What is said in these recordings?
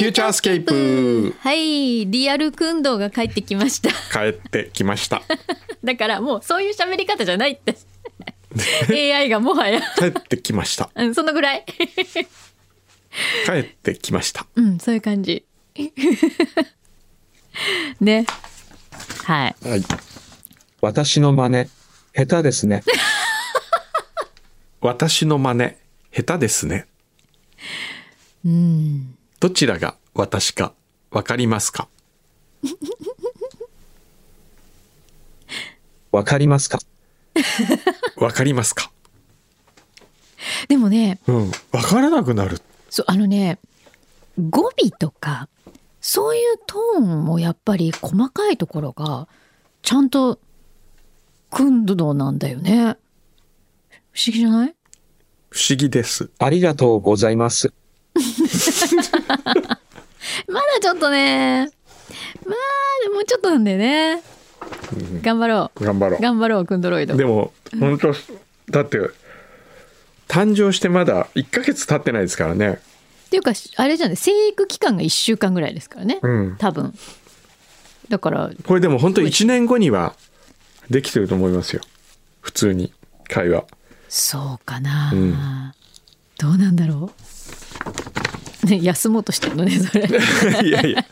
ューチャースケープ。 はい、リアルくんどうが帰ってきました。 帰ってきましただからもうそういう喋り方じゃないってAI がもはや帰ってきましたうん、そのぐらい帰ってきましたうん、そういう感じね。はい、 はい。 私の真似下手ですね私の真似下手ですね。 うん、 どちらが私かわかりますか？ わかりますか？ わかりますか？ でもね、 わからなくなる。 そう語尾とかそういうトーンもやっぱり細かいところがちゃんとくんどうなんだよね。不思議じゃない？ 不思議です。 ありがとうございます。 まだちょっとね、まあでもうちょっとなんだよね。頑張ろう頑張ろう。 頑張ろうくんどロイド。 でも本当だって誕生してまだ1ヶ月経ってないですからね。 っていうかあれじゃない、生育期間が1週間ぐらいですからね、多分。だからこれでも本当1年後にはできてると思いますよ、普通に会話。 そうかな、どうなんだろうね。休もうとしてるのねそれいやいや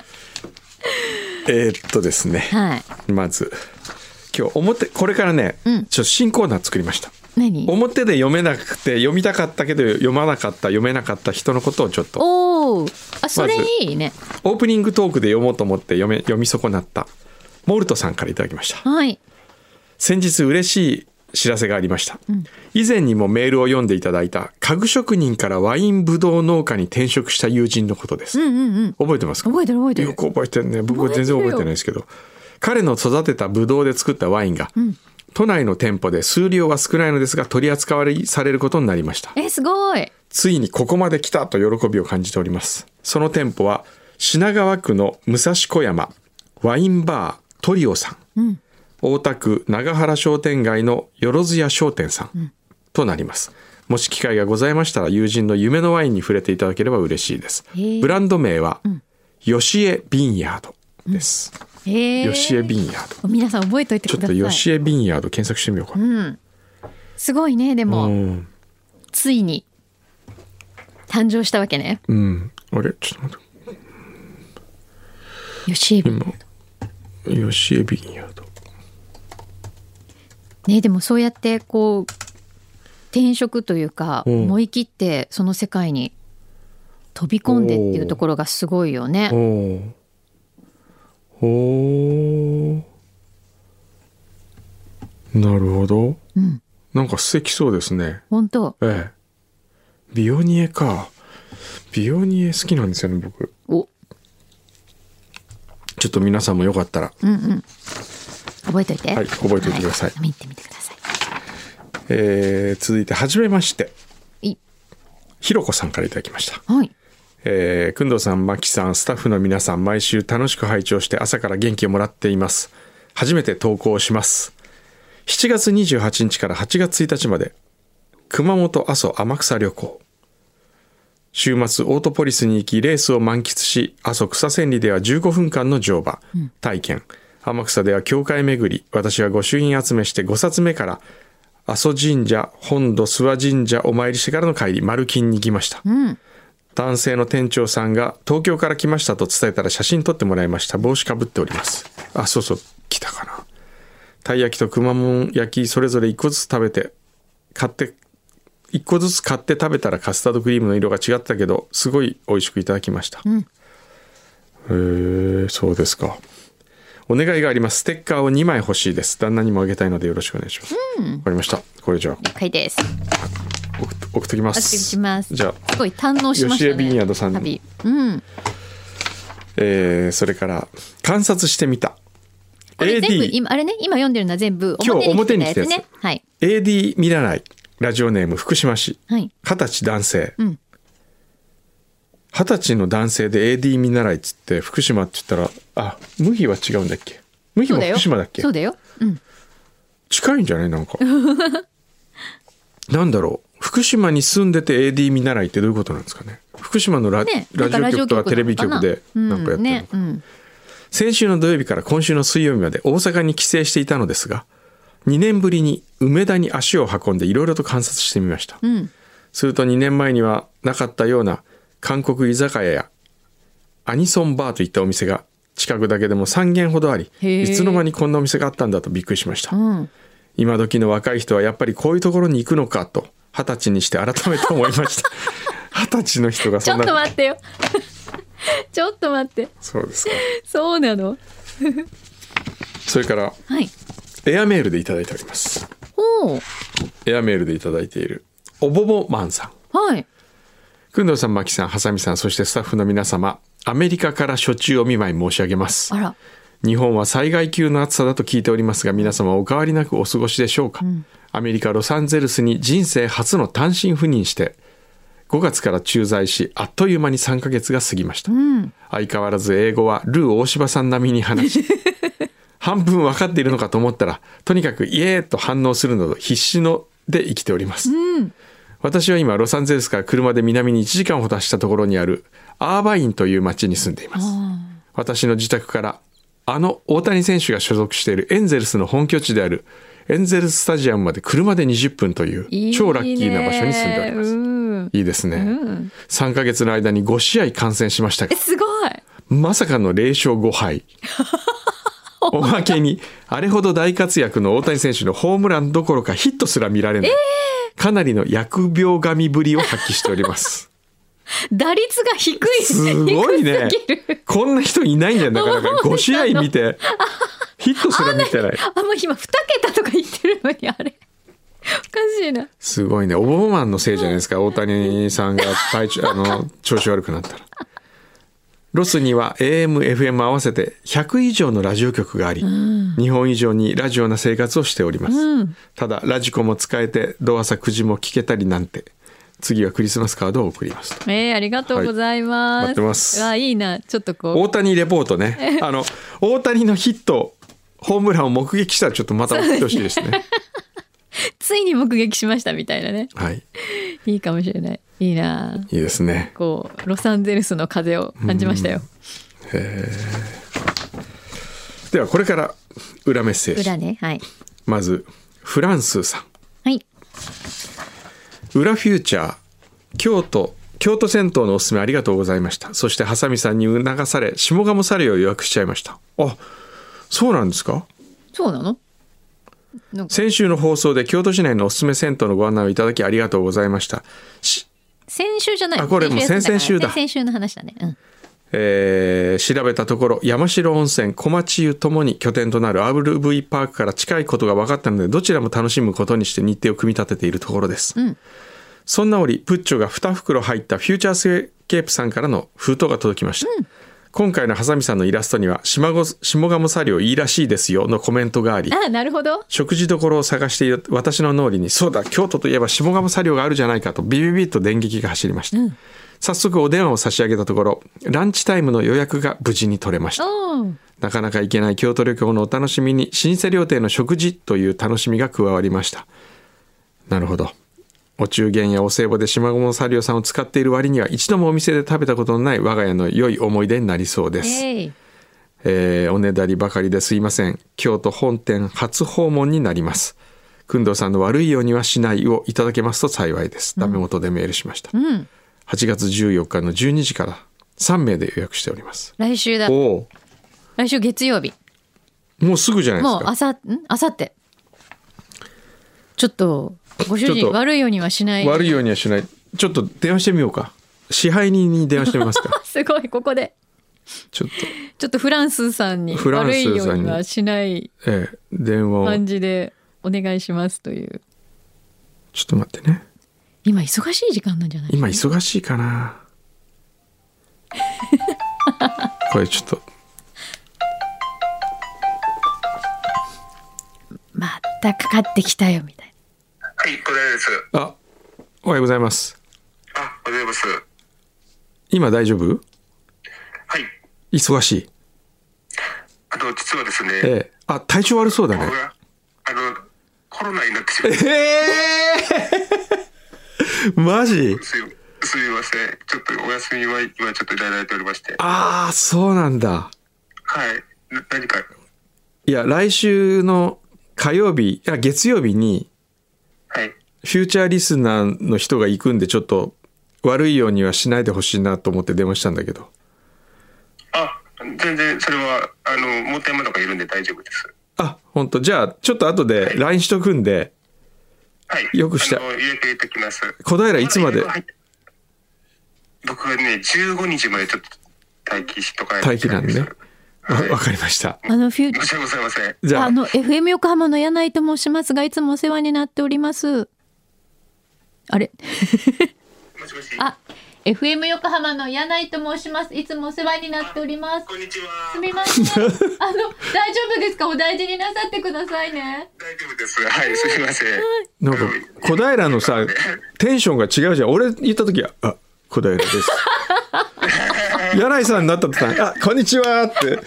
ですね、 はい、 まず今日これからね、ちょっと新コーナー作りました。 何？ 表で読めなくて読みたかったけど読まなかった読めなかった人のことをちょっと。 おー、あ、それいいね。 オープニングトークで読もうと思って読み損なったモルトさんからいただきました。 はい。 先日嬉しい知らせがありました、以前にもメールを読んでいただいた家具職人からワインブドウ農家に転職した友人のことです、覚えてますか？ 覚えてる覚えてる。 よく覚えてるね。僕は全然覚えてないですけど、彼の育てたブドウで作ったワインが、都内の店舗で数量は少ないのですが取り扱われされることになりました。 すごい。 ついにここまで来たと喜びを感じております。その店舗は品川区の武蔵小山ワインバートリオさん、大田区長原商店街のよろずや商店さん、となります。もし機会がございましたら友人の夢のワインに触れていただければ嬉しいです。ブランド名は、ヨシエビンヤードです、ヨシエビンヤード。 皆さん覚えておいてください。 ちょっとヨシエビンヤード検索してみようかな、 すごいね。でも、ついに誕生したわけね。 あれちょっと待って、 ヨシエビンヤード、ヨシエビンヤードね。でもそうやってこう転職というか、思い切ってその世界に飛び込んでっていうところがすごいよね。 なるほど、なんか素敵そうですね。 本当。 ビオニエか。ビオニエ好きなんですよね僕。ちょっと皆さんもよかったら、 覚えておいて。 はい、覚えておいてください。 見てみてください。 続いてはじめまして、ひろこさんからいただきました。 はい。 くんどうさん、まきさん、スタッフの皆さん、毎週楽しく拝聴して朝から元気をもらっています。初めて投稿します。7月28日から8月1日まで熊本阿蘇天草旅行。週末オートポリスに行きレースを満喫し、阿蘇草千里では15分間の乗馬、体験、天草では教会巡り。私は御朱印集めして5冊目から阿蘇神社、本土諏訪神社お参りしてからの帰り、丸金に行きました、男性の店長さんが東京から来ましたと伝えたら写真撮ってもらいました。帽子かぶっております。あ、そうそう、来たかな。たい焼きとくまモン焼きそれぞれ1個ずつ1個ずつ買って食べたらカスタードクリームの色が違ったけどすごい美味しくいただきました、そうですか。お願いがあります。ステッカーを2枚欲しいです。旦那にもあげたいのでよろしくお願いします。わかりました。これじゃあ了解です。 送っときまお願いす。 します。 じゃあすごい堪能しましたね。 吉江ビンヤードさんに、それから観察してみた。 これ全部今あれね、今読んでるのは全部表に来たやつね。はい。 AD 見らない。ラジオネーム福島市、 はい 20歳男性、20歳の男性で AD 見習いっつって福島って言ったら、無比は違うんだっけ？無比も福島だっけ？ そうだよ。 近いんじゃないなんかなんだろう、 福島に住んでて AD 見習いってどういうことなんですかね。福島のラジオ局とかテレビ局でなんかやってるのか、 ね、 先週の土曜日から今週の水曜日まで大阪に帰省していたのですが、2年ぶりに梅田に足を運んでいろいろと観察してみました、すると2年前にはなかったような韓国居酒屋やアニソンバーといったお店が近くだけでも3軒ほどあり、いつの間にこんなお店があったんだとびっくりしました、今時の若い人はやっぱりこういうところに行くのかと20歳にして改めて思いました20歳の人がそんな。 ちょっと待ってよちょっと待って。 そうですか。 そうなのそれから、 はい、 エアメールでいただいております。エアメールでいただいているおぼぼマンさん。 はい。 くんどうさん、まきさん、はさみさん、そしてスタッフの皆様、アメリカから初中お見舞い申し上げます。 あら。 日本は災害級の暑さだと聞いておりますが、皆様お変わりなくお過ごしでしょうか、アメリカ・ロサンゼルスに人生初の単身赴任して5月から駐在し、あっという間に3ヶ月が過ぎました、相変わらず英語はルー大柴さん並みに話し半分分かっているのかと思ったら、とにかくイエーと反応するなど必死ので生きております、私は今ロサンゼルスから車で南に1時間ほど走ったところにあるアーバインという町に住んでいます。私の自宅から大谷選手が所属しているエンゼルスの本拠地であるエンゼルススタジアムまで車で20分という超ラッキーな場所に住んでおります。いいですね、3ヶ月の間に5試合観戦しましたが、 すごい、 まさかの0勝5敗おまけにあれほど大活躍の大谷選手のホームランどころかヒットすら見られない、かなりの疫病神ぶりを発揮しております打率が低い。 すごいね。こんな人いないんだよ。なかなか5試合見てヒットすら見てない。 もう今2桁とか言ってるのに、あれおかしいな。 すごいね。オボマンのせいじゃないですか。大谷さんが調子悪くなったら。ロスには AM、FM 合わせて100以上のラジオ局があり、日本以上にラジオな生活をしております、ただラジコも使えてド朝9時も聞けたりなんて、次はクリスマスカードを送りますと。 ありがとうございます、 待ってます。 いいな。ちょっとこう大谷レポートね大谷のヒットホームランを目撃したらちょっとまた送ってほしいですねついに目撃しましたみたいなね。 はい、 いいかもしれない。いいな。 いいですね。 こうロサンゼルスの風を感じましたよ。 ではこれから裏メッセージ。 裏ね。はい。 まずフランスさん。 はい。 裏フューチャー京都銭湯のおすすめありがとうございました。そしてハサミさんに促され下鴨サリを予約しちゃいました。あ、そうなんですか。 そうなの。 先週の放送で京都市内のおすすめ銭湯のご案内をいただきありがとうございました。 先週じゃない。 これもう先々週だ。 先週の話だね。 調べたところ山城温泉小町湯ともに拠点となる RV パークから近いことが分かったので、どちらも楽しむことにして日程を組み立てているところです、そんな折プッチョが2袋入ったフューチャースケープさんからの封筒が届きました、今回のハサミさんのイラストには下鴨サリオいいらしいですよのコメントがあり、 なるほど。 食事どころを探している私の脳裏に、そうだ京都といえば下鴨サリオがあるじゃないかとビビビッと電撃が走りました、早速お電話を差し上げたところランチタイムの予約が無事に取れました。なかなか行けない京都旅行のお楽しみに老舗料亭の食事という楽しみが加わりました。なるほど。お中元やお歳暮で下鴨サリオさんを使っている割には一度もお店で食べたことのない我が家の良い思い出になりそうです、おねだりばかりですいません。京都本店初訪問になります。くんどうさんの悪いようにはしないをいただけますと幸いです、ダメ元でメールしました、8月14日の12時から3名で予約しております。 来週だ。来週月曜日。 もうすぐじゃないですか。 もうあさってちょっとご主人悪いようにはしない。 悪いようにはしない。ちょっと電話してみようか。支配人に電話してみますかすごい。ここでちょっとフランスさんに悪いようにはしない電話を感じでお願いしますという。 ちょっと待ってね。 今忙しい時間なんじゃない？ 今忙しいかなこれちょっとまたかかってきたよみたいな。 はい、小平です。 おはようございます。 おはようございます。 今大丈夫？ はい。 忙しい？ 実はですね。 体調悪そうだね。 コロナになってしまっマジ？ すみません。ちょっとお休みは今ちょっといただいておりまして。 ああ、そうなんだ。 はい。何か。 いや、来週の火曜日、月曜日に、 はい。 フューチャーリスナーの人が行くんで、ちょっと悪いようにはしないでほしいなと思って電話したんだけど。 あ、全然それは元山とかいるんで大丈夫です。 あ、本当。じゃあちょっと後で LINE しとくんで、 はい。 よくした。 入れてきます。 小平いつまで？ 僕はね、15日までちょっと待機しとかないと。 待機なんでね。わかりました。 フュー申し訳ございません。 じゃあ FM 横浜の柳井と申しますが、いつもお世話になっております。あれもしもし。 FM 横浜の柳井と申します。いつもお世話になっております。 こんにちは。 すみません。大丈夫ですか？お大事になさってくださいね。 大丈夫です。はい、すみません。 なんか小平のさテンションが違うじゃん。俺言った時は小平です。柳井さんになった途端こんにちはって。 いや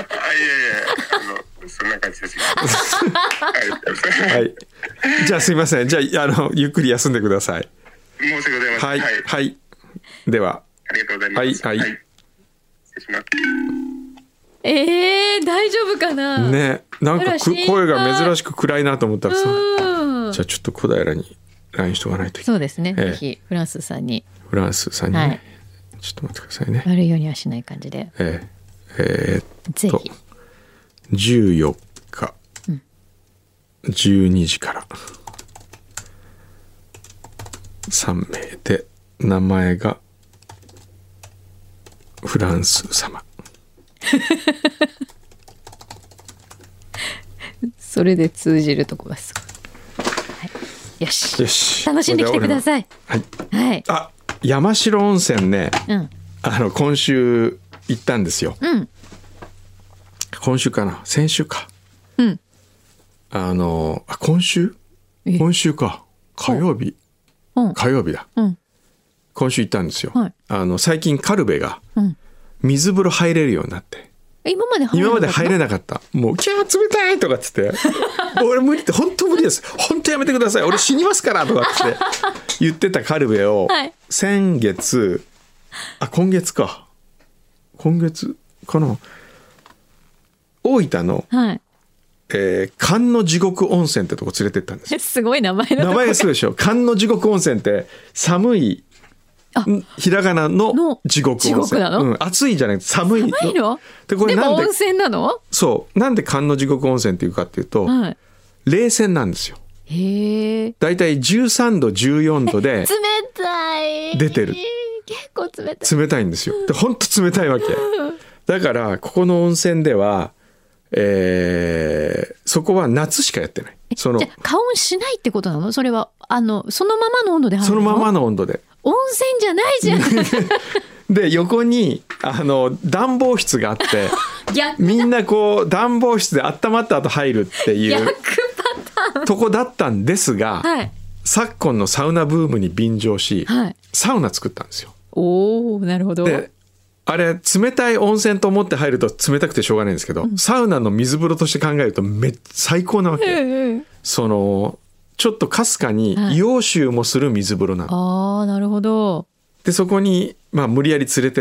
そんな感じですよ。 はい。じゃあすみません。じゃあゆっくり休んでください。 申し訳ございません。 はいはい。では。 ありがとうございます。 はいはい。 失礼します。 大丈夫かな。 ね、なんか声が珍しく暗いなと思ったらさ。じゃあちょっと小平に LINE しとかないといけない。 そうですね。ぜひフランスさんに。 フランスさんにね。ちょっと待ってくださいね。 悪いようにはしない感じで。ぜひ。 14日、12時から3名で名前がフランス様。 それで通じるとこがすごい。はい、よし。楽しんできてください。 はい。 はい。 山代温泉ね。今週行ったんですよ。今週かな、先週か。今週か。火曜日だ。今週行ったんですよ。最近カルベが水風呂入れるようになって。 今まで入れなかった。もうキャー冷たいとかっつって俺無理って本当無理です。本当やめてください。俺死にますからとかって言ってたカルベを先月今月かな。大分の、寒の地獄温泉ってとこ連れてったんですよ。 すごい名前のとこ。 名前がすごいでしょ。寒の地獄温泉って寒いひらがなの地獄温泉。 地獄なの？ 暑いじゃない寒いの。 でこれでも温泉なの？ そう。なんで寒の地獄温泉っていうかっていうと、冷泉なんですよ。だいたい13度14度で冷たい出てる。 結構冷たいんですよ。でほんと冷たいわけ。だからここの温泉では、そこは夏しかやってない。じゃあ加温しないってことなの？それはそのままの温度で入るの？ そのままの温度で。 温泉じゃないじゃん。 で横に暖房室があってみんなこう暖房室で温まった後入るっていうとこだったんですが、昨今のサウナブームに便乗し、サウナ作ったんですよ。 おー、なるほど。であれ冷たい温泉と思って入ると冷たくてしょうがないんですけど、サウナの水風呂として考えると最高なわけ。ちょっとかすかに硫黄臭もする水風呂なの。 なるほど。 でそこに、無理やり連れてって、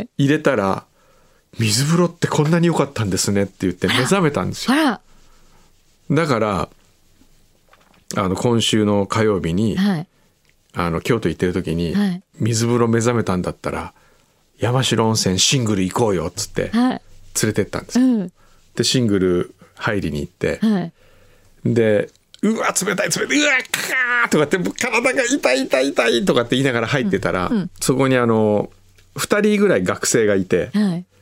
入れたら水風呂ってこんなに良かったんですねって言って目覚めたんですよ。だから今週の火曜日に、京都行ってる時に、水風呂目覚めたんだったら山代温泉シングル行こうよっつって連れてったんですよ。でシングル入りに行って、でうわ冷たいうわっかーとかって体が痛いとかって言いながら入ってたら、そこに2人ぐらい学生がいて、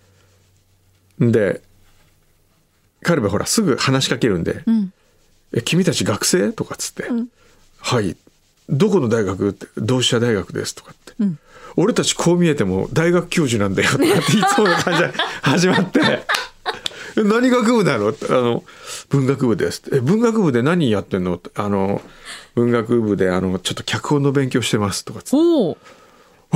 でカルベほらすぐ話しかけるんで、君たち学生とかっつって、はいどこの大学って同志社大学ですとかって、俺たちこう見えても大学教授なんだよとかっていつもの感じで始まって何学部だろう文学部です。文学部で何やってんの？文学部でちょっと脚本の勉強してますとかつって、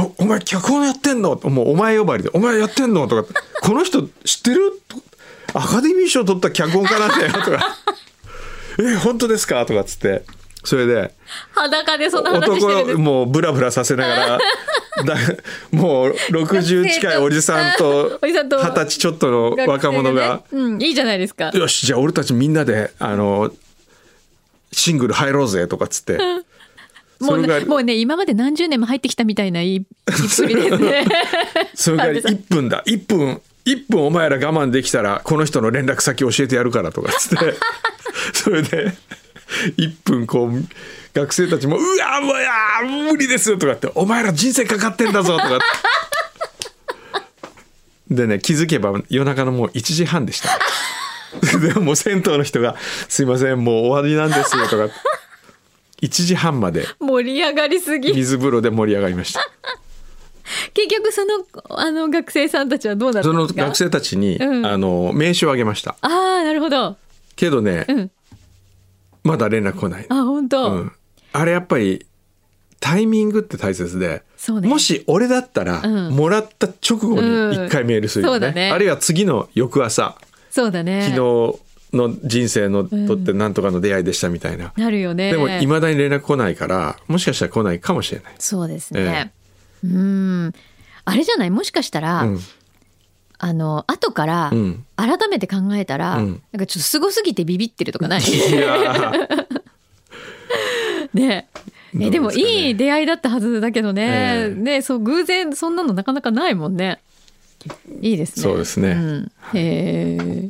お前脚本やってんの？もうお前呼ばわりでお前やってんのとかってこの人知ってる？アカデミー賞取った脚本家なんだよとか本当ですかとかつってそれで裸でそんな話してるんです男もうブラブラさせながらもう60近いおじさんとおじさんと 20歳ちょっとの若者が、 学生ね、いいじゃないですか。 よしじゃあ俺たちみんなでシングル入ろうぜとかっつってもうね今まで何十年も入ってきたみたいな言いっぷりですね。 それから1分だ1分お前ら我慢できたらこの人の連絡先教えてやるからとかっつってそれで1分こう学生たちもうわもうや無理ですよとかってお前ら人生かかってんだぞとかでね気づけば夜中のもう1時半でしたでもう銭湯の人がすいませんもう終わりなんですよとか1時半まで盛り上がりすぎ。 水風呂で盛り上がりました。 結局その学生さんたちはどうなったんですか。 その学生たちに、名刺をあげました。 ああなるほど。 けどね、まだ連絡来ない。 あ本当、 あれやっぱりタイミングって大切で、 そうね、 もし俺だったら、もらった直後に一回メールするよね、 そうだね。 あるいは次の翌朝、 そうだね、 昨日の人生のとってなんとかの出会いでしたみたいな、 なるよね。 でも未だに連絡来ないからもしかしたら来ないかもしれない。 そうですね、あれじゃない、もしかしたら、後から改めて考えたら、なんかちょっとすごすぎてビビってるとかない？ いやねえ、でもいい出会いだったはずだけどね、そう偶然そんなのなかなかないもんね。いいですね。 そうですね、 へ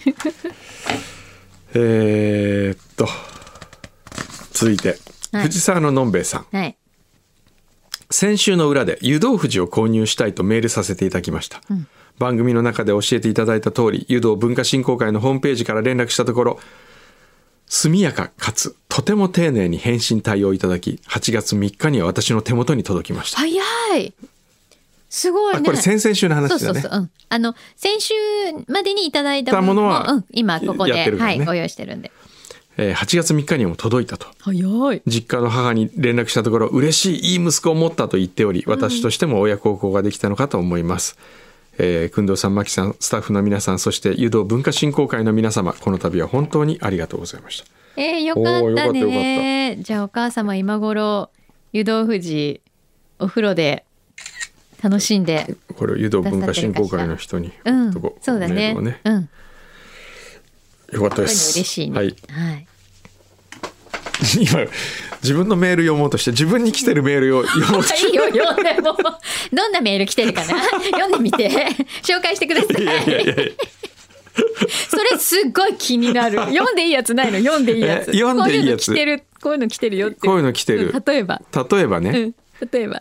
え。 続いて、藤沢ののんべえさん、 はい、 先週の裏で湯道富士を購入したいとメールさせていただきました、番組の中で教えていただいた通り湯道文化振興会のホームページから連絡したところ、速やかかつとても丁寧に返信対応いただき、8月3日には私の手元に届きました。 早い、すごいね。 これ先々週の話だね。 そう、先週までにいただいたものは、今ここで、 やってるからね、 ご用意してるんで、 8月3日にも届いたと。 早い。 実家の母に連絡したところ、嬉しい、いい息子を持ったと言っており、私としても親孝行ができたのかと思います。工藤さん、牧さん、スタッフの皆さん、そして湯道文化振興会の皆様、この度は本当にありがとうございました。 よかったね。じゃあお母様今頃湯道富士お風呂で楽しんで、 これを湯道文化振興会の人に、 そうだね、 よかったです。 嬉しいね。 はい。今自分のメール読もうとして自分に来てるメールを読もうとしていいよ、読んでもどんなメール来てるかな読んでみて紹介してください。それすっごい気になる。読んでいいやつないの？読んでいいやつ。 読んでいいやつ。 こういうの来てるよって。 こういうの来てる。 例えばね。例えば。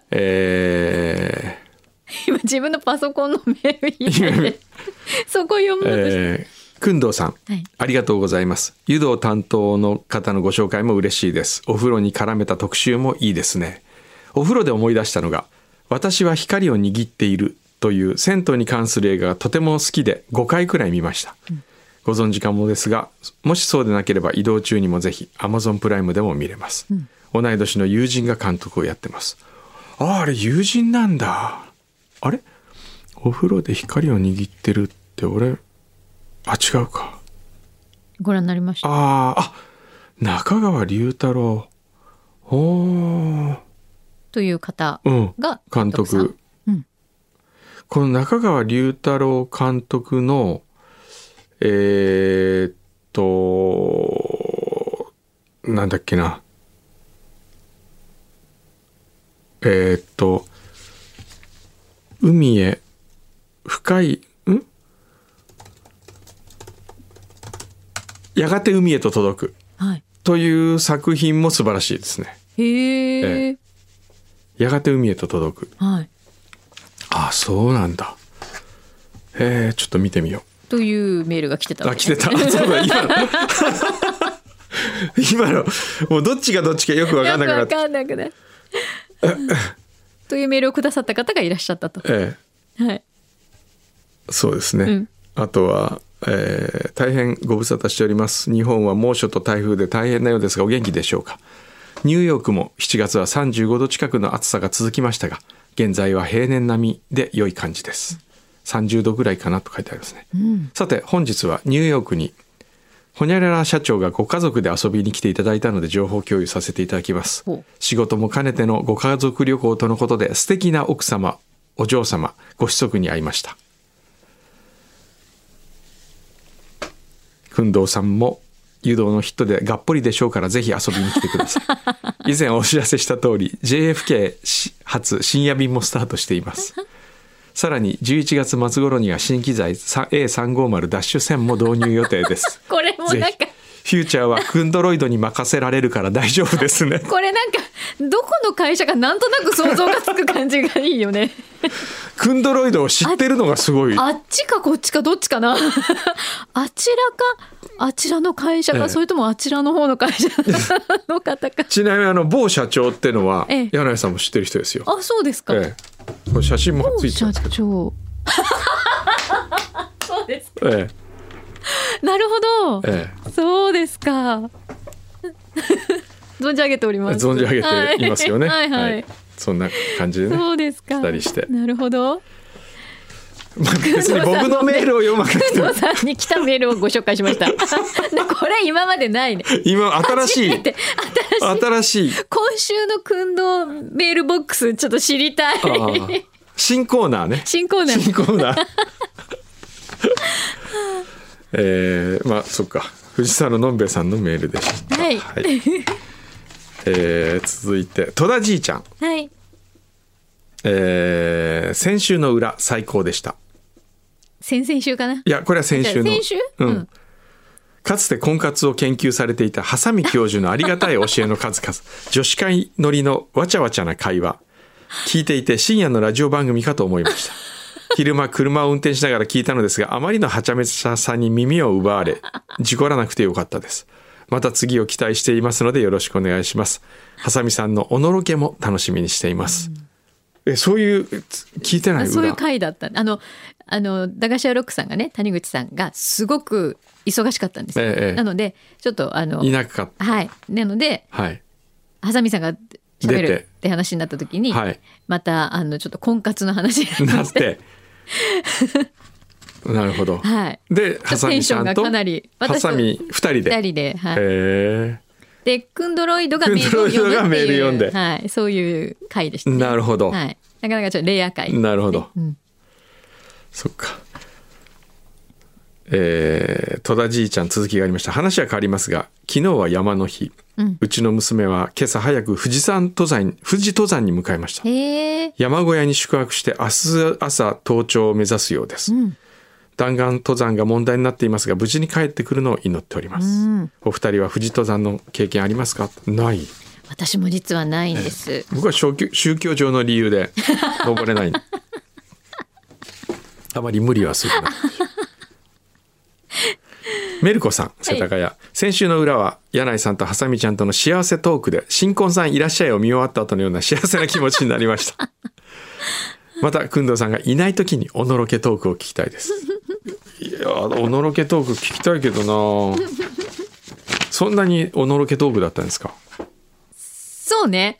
今自分のパソコンのメール入れてそこ読もうとして。 工藤さん、ありがとうございます。湯道担当の方のご紹介も嬉しいです。お風呂に絡めた特集もいいですね。お風呂で思い出したのが、私は光を握っているという銭湯に関する映画がとても好きで5回くらい見ました、ご存知かもですが、もしそうでなければ移動中にもぜひ Amazon プライムでも見れます、同い年の友人が監督をやってます。あれ友人なんだ。あれお風呂で光を握ってるって俺違うか。 ご覧になりました？ 中川龍太郎という方が監督、この中川龍太郎監督のなんだっけな、海へ深いやがて海へと届く、という作品も素晴らしいですね。 へえ。 やがて海へと届く。そうなんだ。ちょっと見てみよう。 というメールが来てた、 来てた。そうだ、今のもうどっちがどっちかよく分かんなくなって。 というメールをくださった方がいらっしゃったと。 そうですね。あとは。大変ご無沙汰しております。日本は猛暑と台風で大変なようですがお元気でしょうか。ニューヨークも7月は35度近くの暑さが続きましたが、現在は平年並みで良い感じです。30度ぐらいかなと書いてありますね、さて本日はニューヨークにほにゃらら社長がご家族で遊びに来ていただいたので情報共有させていただきます。 ほう仕事も兼ねてのご家族旅行とのことで素敵な奥様、お嬢様、ご子息に会いました。工藤さんも湯道のヒットでがっぽりでしょうからぜひ遊びに来てください。以前お知らせした通り JFK 発深夜便もスタートしています。さらに11月末頃には新機材 A350 ダッシュ1000も導入予定です。 これもなんかぜひフューチャーはクンドロイドに任せられるから大丈夫ですね。 これなんかどこの会社かなんとなく想像がつく感じがいいよね。 クンドロイドを知ってるのがすごい。 あっちかこっちかどっちかな。あちらかあちらの会社か、それともあちらの方の会社の方か。 ちなみに某社長ってのはええ柳井さんも知ってる人ですよ。 あ、そうですか。 ええ、これ写真もついて社ますけど、 長。そうです。 えなるほど。 ええそうですか。存じ上げておりえ、 ます。 存じ上げていますよね。 はいはいはい。 そんな感じでね。 そうですか。 したりしてなるほど。 まあ別に僕のメールを読まなくても工藤さんに来たメールをご紹介しました。でこれ今までないね。 今新しい初めて新しい今週の訓導メールボックスちょっと知りたい。 新コーナーね。 新コーナー。 新コーナー。まあそっか、藤沢ののんべえさんのメールでした。 はいはい続いて戸田じいちゃん、 はい。 先週の裏最高でした。 先々週かな。 いやこれは先週の先週？ うんかつて婚活を研究されていたハサミ教授のありがたい教えの数々、女子会乗りのわちゃわちゃな会話、聞いていて深夜のラジオ番組かと思いました。昼間車を運転しながら聞いたのですが、あまりのはちゃめちゃさに耳を奪われ事故らなくてよかったです。また次を期待していますのでよろしくお願いします。ハサミさんのおのろけも楽しみにしています。そういう聞いてない裏。 そういう回だった。駄菓子屋ロックさんがね、谷口さんがすごく忙しかったんですよ。なのでちょっといなかった。 はい。なので、 はい。 ハサミさんが喋出てるって話になった時に、 はいまたちょっと婚活の話になっなっててなるほど。 はい。 でハサテンションがミさんとかなりハサミ2人で。 二人で、はい。 へでクンドロイドがメールを読むってクンドロイドがメールいう、 読んではい、そういう回でした、 え。 ね。 なるほど。 はい。なかなかちょっとレア回、 なるほど。 うん。 そっか。戸田じいちゃん続きがありました。話は変わりますが、昨日は山の日、うちの娘は今朝早く富士登山に向かいました。 へえ。 山小屋に宿泊して明日朝登頂を目指すようです。弾丸登山が問題になっていますが、無事に帰ってくるのを祈っております。お二人は富士登山の経験ありますか？ない。 私も実はないんです。 僕は宗教上の理由で登れない。あまり無理はするな。メルコさん、世田谷、先週の裏は柳井さんとハサミちゃんとの幸せトークで新婚さんいらっしゃいを見終わった後のような幸せな気持ちになりました。また工藤さんがいない時におのろけトークを聞きたいです。いやおのろけトーク聞きたいけどな。そんなにおのろけトークだったんですか？ そうね。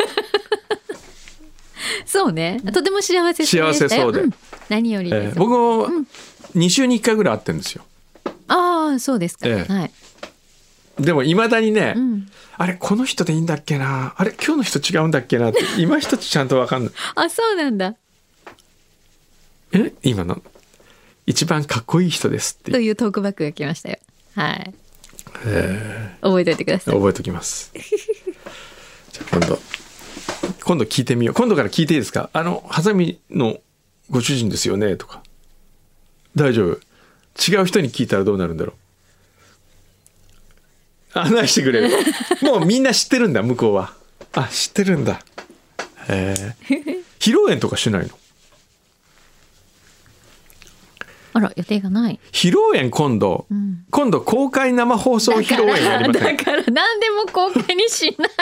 そうね。とても幸せそうでしたよ。 幸せそうで、 何よりです。 僕も2週に1回ぐらい会ってるんですよ。 ああ、そうですか。 ええはい。 でもいまだにね、あれこの人でいいんだっけな、あれ今日の人違うんだっけなって今一つちゃんと分かんない。 あ、そうなんだ。 今の一番かっこいい人ですってというトークバックが来ましたよ。はい。覚えておいてください。 覚えときます。じゃあ今度聞いてみよう。今度から聞いていいですか？ハサミのご主人ですよねとか。大丈夫？違う人に聞いたらどうなるんだろう。案内してくれる。もうみんな知ってるんだ向こうは。あ、知ってるんだ。披露宴とかしないの？ あら、予定がない。 披露宴今度公開生放送披露宴やりません？ だから何でも公開にしない。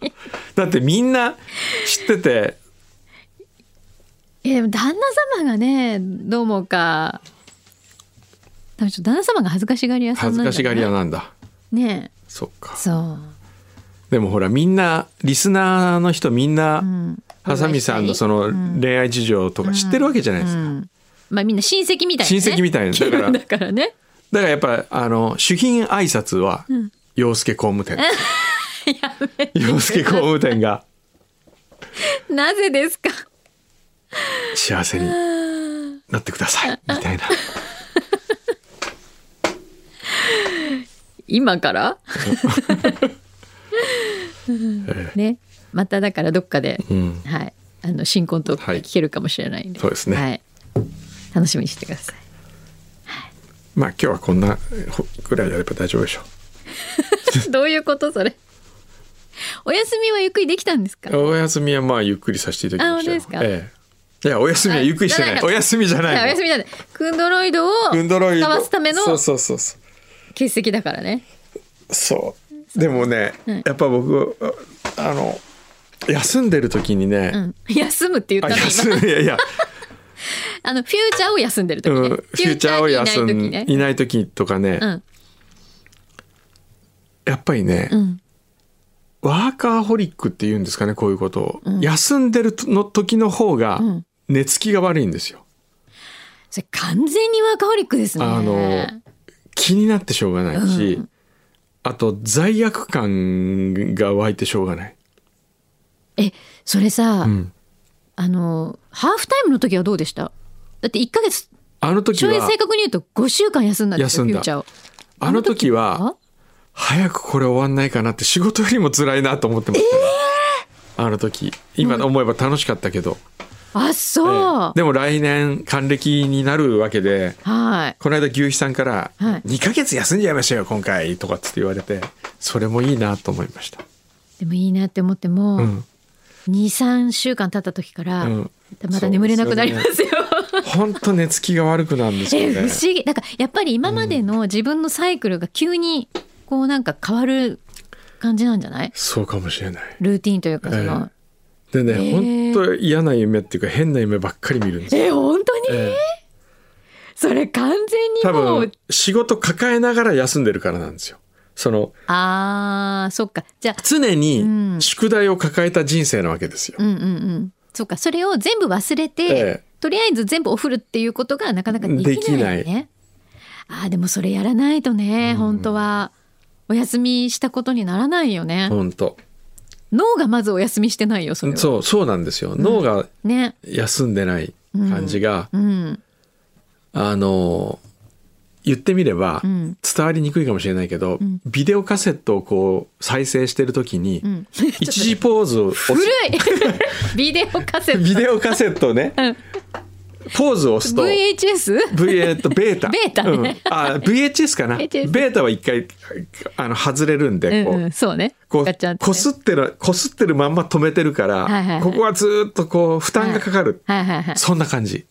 だってみんな知ってて。 でも旦那様がね、どう思うか。多分ちょっと旦那様が恥ずかしがり屋さんなんだ、ね。 恥ずかしがり屋なんだ。 ねえ。 そっか。 そう。 でもほらみんなリスナーの人みんな、ハサミさんのその恋愛事情とか知ってるわけじゃないですか。 まあみんな親戚みたいな、ね。 親戚みたいな。 だからね。 だからやっぱ主賓挨拶は洋介工務店、 やめ洋介工務店がなぜですか。 幸せになってくださいみたいな。 今からね、まただからどっかで、 うん、 はい、新婚トークが聞けるかもしれないんで、 そうですね、 はい、楽しみにしてください。 まあ今日はこんなぐらいやれば大丈夫でしょどういうことそれ。お休みはゆっくりできたんですか。 お休みはまあゆっくりさせていただきましたよ。 あ、本当ですか。 いやお休みはゆっくりしてない。お休みじゃないの。 お休みじゃない。クンドロイドを使わすためのそう欠席だからね。 そうでもね、やっぱ僕休んでる時にね、 休むって言ったの今。 いやフューチャーを休んでる時ね、 フューチャーを休んいない時ね、 いない時とかね、やっぱりね、ワーカーホリックっていうんですかね、こういうことを、休んでるの時の方が寝つきが悪いんですよ。 それ完全にワーカーホリックですね。 気になってしょうがないし、あと罪悪感が湧いてしょうがない。 それさ、ハーフタイムの時はどうでした？だって1ヶ月、 時は正確に言うと5週間休んだんですよ、フューチャーを。 あの時は早くこれ終わんないかなって、仕事よりも辛いなと思ってました、あの時。今思えば楽しかったけど、 あ、そう、 でも来年還暦になるわけで、 はい、 この間牛肥さんからはい 2ヶ月休んじゃいましたよ今回とかって言われて、それもいいなと思いました。 でもいいなって思っても、2、3週間経った時から、また眠れなくなりますよ。 本当寝つきが悪くなるんですよね。 不思議。だからやっぱり今までの自分のサイクルが急にこうなんか変わる感じなんじゃない？ そうかもしれない。 ルーティンというかその、 でね、本当嫌な夢っていうか変な夢ばっかり見るんですよ。 本当に、それ完全に多もう分仕事抱えながら休んでるからなんですよ。そっか。じゃあ常に宿題を抱えた人生なわけですよ。 そっか、それを全部忘れて、とりあえず全部お風呂っていうことがなかなかできないよね。でもそれやらないとね、本当はお休みしたことにならないよね。 本当。 脳がまずお休みしてないよ、それは。 そうなんですよ。脳が休んでない感じが、言ってみれば伝わりにくいかもしれないけど、ビデオカセットをこう再生してる時に、一時ポーズを古いビデオカセットね、ポーズを押すと VHS？ ベータベータね、 VHS かな。ベータは一回外れるんで、 そうね、 こすってるまんま止めてるから、ここはずっとこう負担がかかる、そんな感じ。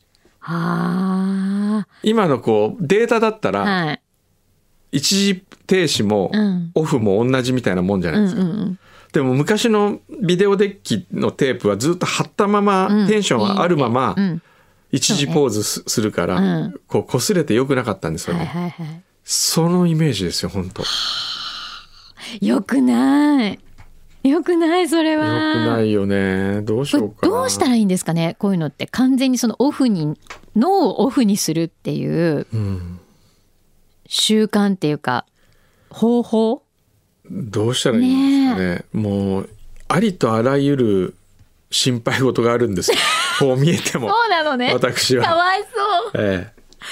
今のこうデータだったら、一時停止もオフも同じみたいなもんじゃないですか。でも昔のビデオデッキのテープはずっと貼ったまま、テンションがあるまま一時ポーズするから、こう擦れてよくなかったんですよね。そのイメージですよ、本当。 よくないそれは。 よくないよね。どうしようかな。 どうしたらいいんですかね、こういうのって。完全にその脳をオフにするっていう習慣っていうか方法、 どうしたらいいんですかね。もうありとあらゆる心配事があるんですよ。こう見えても。 そうなのね。 私はかわいそう。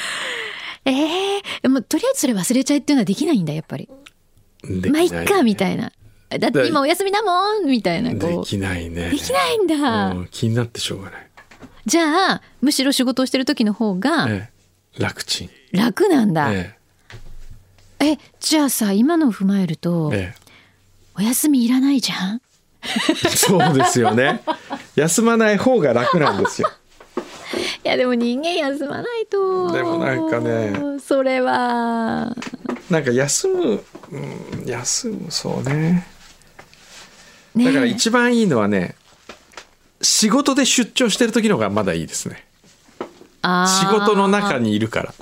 でもとりあえずそれ忘れちゃいっていうのはできないんだ、やっぱり。まあいっかみたいな。だって今お休みだもんみたいな。 できないね。 できないんだ。 気になってしょうがない。 じゃあむしろ仕事をしてる時の方が楽なんだ。じゃあさ、今のを踏まえると、お休みいらないじゃん。 そうですよね。休まない方が楽なんですよ。 いやでも人間休まないと。 でもなんかね、 それはなんか休むそうね。だから一番いいのはね、仕事で出張してる時の方がまだいいですね。仕事の中にいるから。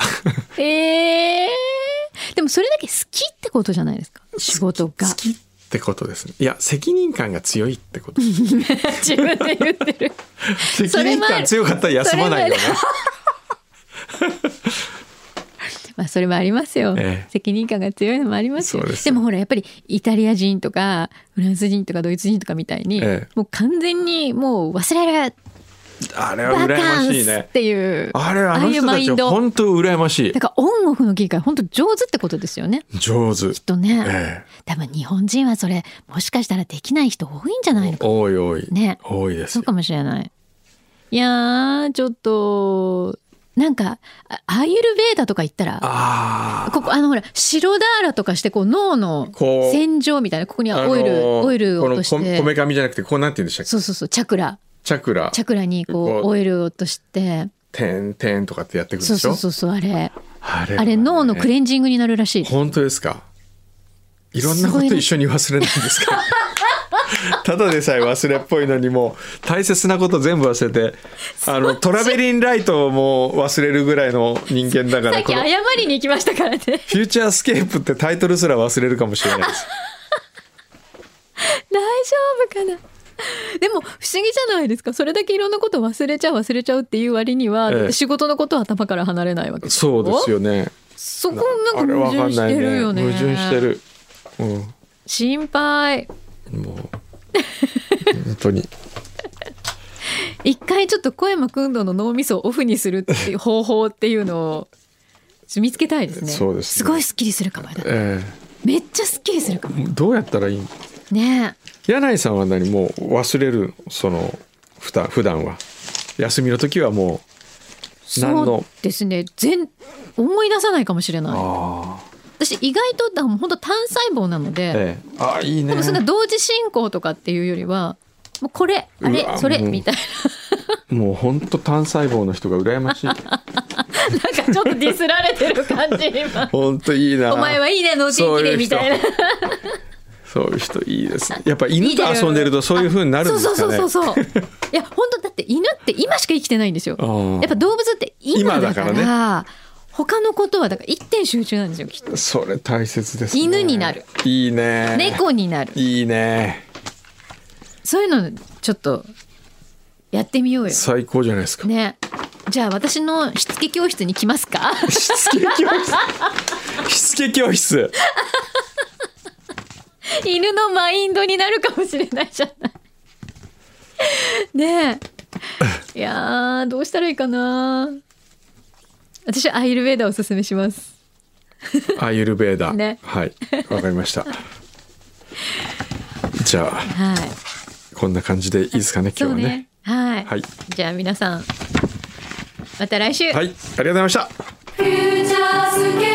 でもそれだけ好きってことじゃないですか、仕事が。 好きってことですね。いや、責任感が強いってこと。 自分で言ってる。 責任感強かったら休まないよね。 まあそれもありますよ、 ええ責任感が強いのもありますよ。 そうですでもほらやっぱりイタリア人とかフランス人とかドイツ人とかみたいに、 ええもう完全にもう忘れるあれはバ羨まカンスっしいね。 ていうあれあのああいう人たちはマインド本当羨ましいだ。からオンオフの切り替え本当上手ってことですよね上手きっ。とね、 え多分日本人はそれもしかしたらできない人多いんじゃないのか多い多い、 ね。 多いですそう。かもしれない。いやーちょっとなんかアーユルベーダとか言ったらあここほら白ダーラとかしてこう脳のこう洗浄みたいなここにはオイルを落としこのてこめかみじゃなくてこうなんて言うんでしたっけ。 そうそうそうチャクラチャクラにここううオイルを落としててんてんとかってやってくるでしょ。 そうそうそうそうあれあれあれ脳のクレンジングになるらしい。 本当ですか。いろんなこと一緒に忘れないんですか。ただでさえ忘れっぽいのにもう大切なこと全部忘れてトラベリンライトをもう忘れるぐらいの人間だからさっき謝りに行きましたからね。 フューチャースケープってタイトルすら忘れるかもしれないです。 大丈夫かな。でも不思議じゃないですか。それだけいろんなこと忘れちゃうっていう割には、 ええだって仕事のことは頭から離れないわけですそうですよね。 そこなんかあれわ矛盾しかんないてるよね。 矛盾してる。 心配。 もう本当に一回ちょっと小山君堂の脳みそをオフにするっていう方法っていうのを見つけたいですね。 そうですねすごいスッキリするかもだ。めっちゃスッキリするかもどうやったらいいん。 ね。 柳井さんは何もう忘れる普段は休みの時はもう何そうのですね。思い出さないかもしれない。私意外とだから本当単細胞なので、 いいね。 でもそんな同時進行とかっていうよりはもうこれあれうわそれもうみたいもう本当単細胞の人が羨ましい。 ななんかちょっとディスられてる感じ今。 本当いいな。 お前はいいね脳天気でみたいな。 そういう人いいですね。やっぱ犬と遊んでるとそういう風になるんですかね。 そういや本当だって犬って今しか生きてないんですよ。 ーやっぱ動物って今だから今だから他のことはだから一点集中なんですよきっと。 それ大切ですね。 犬になる。 いいね。 猫になる。 いいね。 そういうのちょっとやってみようよ。 最高じゃないですか。 ね。じゃあ私のしつけ教室に来ますか。 しつけ教室。しつけ教室。 犬のマインドになるかもしれないじゃない。ねえ。いやーどうしたらいいかな。私はアイルベーダーをおすすめします。 アーユルベーダ。 ねはい。わかりました。じゃあはい。 こんな感じでいいですかね今日はね。 そうね。はい。 はい。 じゃあ皆さんまた来週。 はい。ありがとうございました。 フューチャースケ